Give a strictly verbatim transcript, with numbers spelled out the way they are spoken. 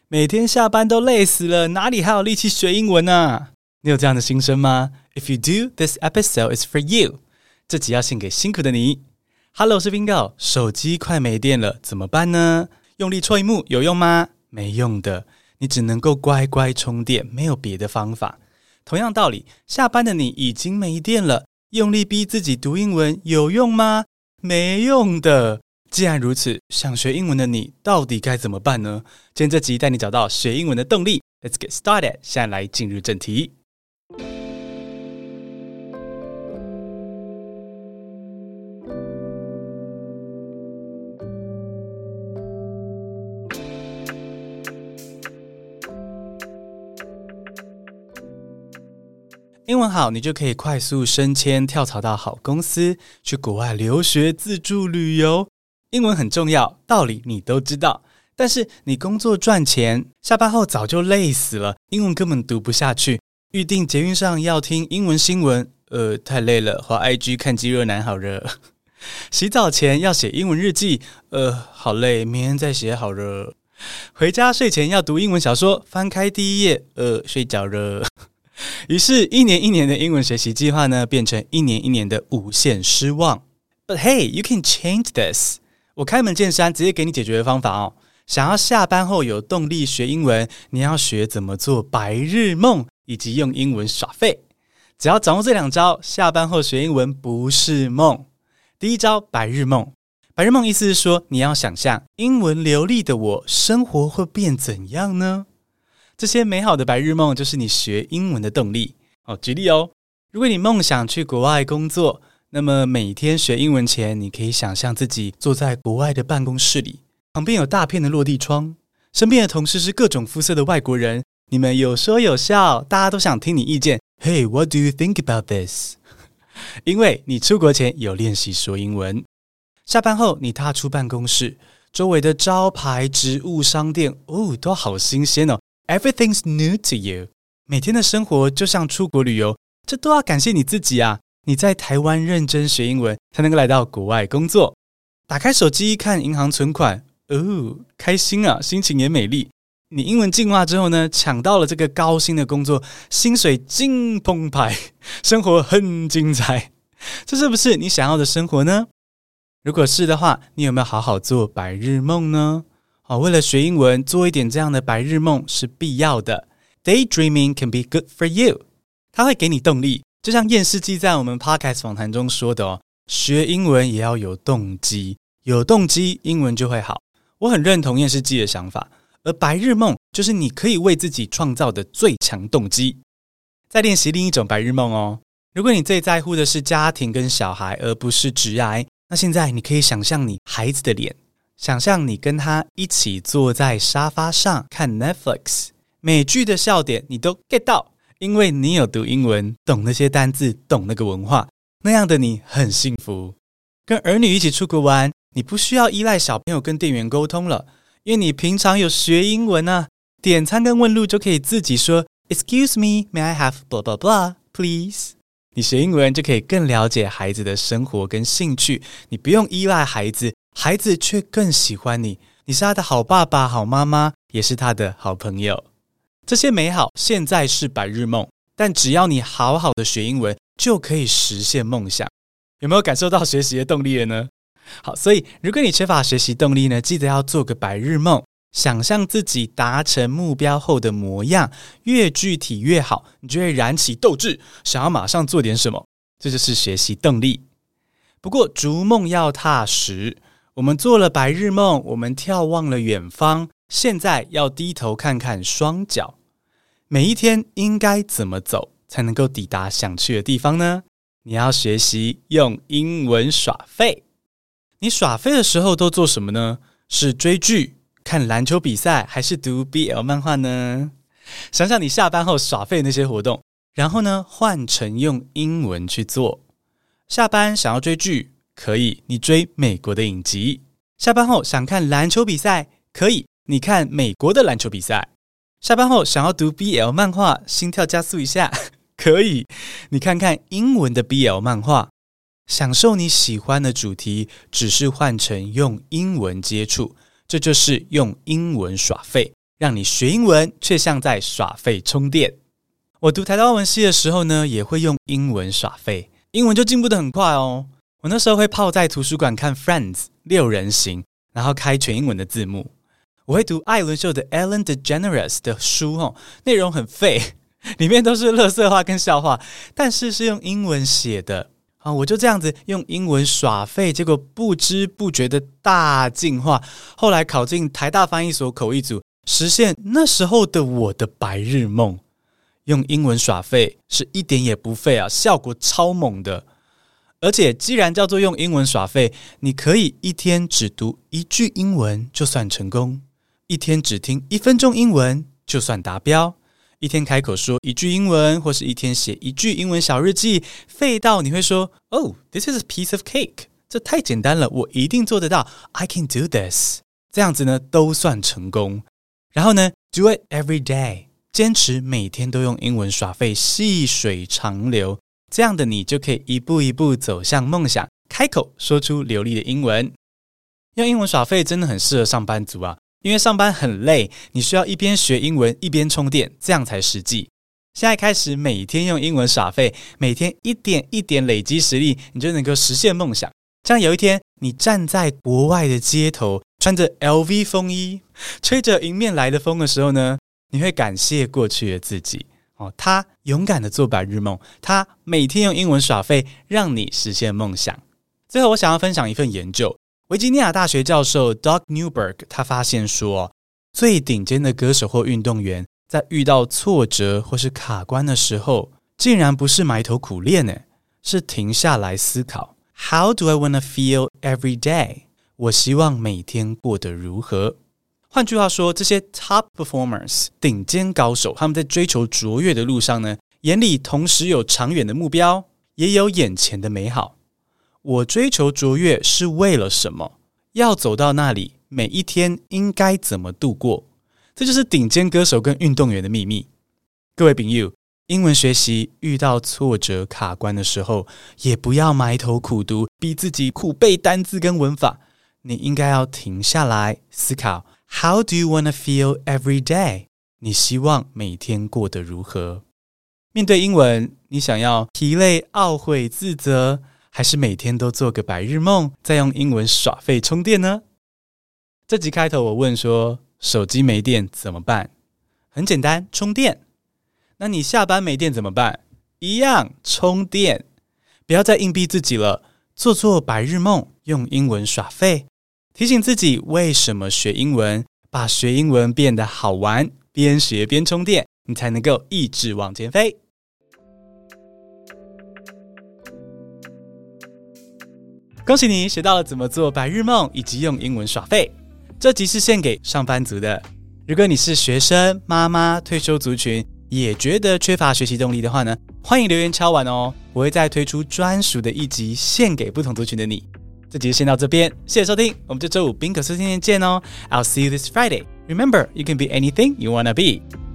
每天下班都累死了，哪里还有力气学英文啊？你有这样的心声吗？ If you do, this episode is for you. 这集要献给辛苦的你。Hello， 我是 Bingo。手机快没电了，怎么办呢？用力戳萤幕有用吗？没用的，你只能够乖乖充电，没有别的方法。同样道理，下班的你已经没电了，用力逼自己读英文有用吗？没用的。既然如此，想学英文的你到底该怎么办呢？今天这集带你找到学英文的动力。 Let's get started， 现在来进入正题。英文好，你就可以快速升迁，跳槽到好公司，去国外留学、自助旅游。英文很重要，道理你都知道，但是你工作赚钱，下班后早就累死了，英文根本读不下去。预定捷运上要听英文新闻，呃，太累了，滑 I G 看肌肉男好了。洗澡前要写英文日记，呃，好累，明天再写好了。回家睡前要读英文小说，翻开第一页，呃，睡着了。于是，一年一年的英文学习计划呢，变成一年一年的无限失望。But hey, you can change this. 我开门见山，直接给你解决的方法哦。想要下班后有动力学英文，你要学怎么做白日梦，以及用英文耍废。只要掌握这两招，下班后学英文不是梦。第一招，白日梦。白日梦意思是说，你要想象英文流利的我，生活会变怎样呢？这些美好的白日梦就是你学英文的动力。哦，举例哦，如果你梦想去国外工作，那么每天学英文前，你可以想象自己坐在国外的办公室里，旁边有大片的落地窗，身边的同事是各种肤色的外国人，你们有说有笑，大家都想听你意见。Hey, what do you think about this? 因为你出国前有练习说英文。下班后，你踏出办公室，周围的招牌、植物、商店，哦，都好新鲜哦。Everything's new to you. 每天的生活就像出国旅游，这都要感谢你自己啊！你在台湾认真学英文，才能够来到国外工作。打开手机看银行存款，哦，开心啊，心情也美丽。你英文进化之后呢，抢到了这个高薪的工作，薪水金澎湃，生活很精彩。这是不是你想要的生活呢？如果是的话，你有没有好好做白日梦呢？哦，为了学英文，做一点这样的白日梦是必要的。Daydreaming can be good for you. 它会给你动力，就像验视机在我们 podcast 访谈中说的哦，学英文也要有动机，有动机，英文就会好。我很认同验视机的想法，而白日梦就是你可以为自己创造的最强动机。再练习另一种白日梦哦。如果你最在乎的是家庭跟小孩，而不是职涯，那现在你可以想象你孩子的脸。想象你跟他一起坐在沙发上看 Netflix， 美剧的笑点你都 get 到，因为你有读英文，懂那些单字，懂那个文化，那样的你很幸福。跟儿女一起出国玩，你不需要依赖小朋友跟店员沟通了，因为你平常有学英文啊，点餐跟问路就可以自己说 Excuse me, may I have blah blah blah, please。 你学英文就可以更了解孩子的生活跟兴趣，你不用依赖孩子，孩子却更喜欢你，你是他的好爸爸、好妈妈，也是他的好朋友。这些美好现在是白日梦，但只要你好好的学英文，就可以实现梦想。有没有感受到学习的动力了呢？好，所以如果你缺乏学习动力呢，记得要做个白日梦，想象自己达成目标后的模样，越具体越好，你就会燃起斗志，想要马上做点什么，这就是学习动力。不过逐梦要踏实，我们做了白日梦，我们眺望了远方，现在要低头看看双脚。每一天应该怎么走才能够抵达想去的地方呢？你要学习用英文耍废。你耍废的时候都做什么呢？是追剧、看篮球比赛，还是读 B L 漫画呢？想想你下班后耍废那些活动，然后呢，换成用英文去做。下班想要追剧，可以，你追美国的影集。下班后想看篮球比赛，可以，你看美国的篮球比赛。下班后想要读 B L 漫画，心跳加速一下，可以，你看看英文的 B L 漫画。享受你喜欢的主题，只是换成用英文接触，这就是用英文耍废， 让你学英文却像在耍废充电。我读台大外文系的时候呢，也会用英文耍废，英文就进步得很快哦。我那时候会泡在图书馆看 Friends 六人行，然后开全英文的字幕。我会读艾伦秀的 Ellen DeGeneres 的书、哦、内容很废，里面都是垃圾话跟笑话，但是是用英文写的、啊、我就这样子用英文耍废，结果不知不觉的大进化，后来考进台大翻译所口译组，实现那时候的我的白日梦。用英文耍废是一点也不废啊，效果超猛的。而且既然叫做用英文耍废，你可以一天只读一句英文就算成功，一天只听一分钟英文就算达标，一天开口说一句英文，或是一天写一句英文小日记，废到你会说 Oh, this is a piece of cake， 这太简单了，我一定做得到， I can do this， 这样子呢都算成功。然后呢 Do it every day， 坚持每天都用英文耍废，细水长流，这样的你就可以一步一步走向梦想，开口说出流利的英文。用英文耍废真的很适合上班族啊，因为上班很累，你需要一边学英文一边充电，这样才实际。现在开始每天用英文耍废，每天一点一点累积实力，你就能够实现梦想。这样有一天你站在国外的街头，穿着 L V 风衣，吹着迎面来的风的时候呢，你会感谢过去的自己、哦、他勇敢的做白日梦，他每天用英文耍废，让你实现梦想。最后我想要分享一份研究，维吉尼亚大学教授 Doug Newberg 他发现说，最顶尖的歌手或运动员在遇到挫折或是卡关的时候，竟然不是埋头苦练耶，是停下来思考 How do I want to feel every day？ 我希望每天过得如何？换句话说，这些 top performers 顶尖高手，他们在追求卓越的路上呢，眼里同时有长远的目标，也有眼前的美好。我追求卓越是为了什么？要走到那里，每一天应该怎么度过？这就是顶尖歌手跟运动员的秘密。各位朋友，英文学习遇到挫折卡关的时候，也不要埋头苦读，逼自己苦背单字跟文法，你应该要停下来思考 How do you want to feel every day？ 你希望每天过得如何？面对英文，你想要疲累、懊悔、自责，还是每天都做个白日梦，再用英文耍废充电呢？这集开头我问说，手机没电怎么办？很简单，充电。那你下班没电怎么办？一样，充电。不要再硬逼自己了，做做白日梦，用英文耍废。提醒自己为什么学英文，把学英文变得好玩，边学边充电，你才能够一直往前飞。恭喜你学到了怎么做白日梦，以及用英文耍废。这集是献给上班族的。如果你是学生、妈妈、退休族群，也觉得缺乏学习动力的话呢，欢迎留言敲完哦，我会再推出专属的一集献给不同族群的你。这集先到这边，谢谢收听，我们这周五宾可书天天见哦。I'll see you this Friday. Remember, you can be anything you wanna be.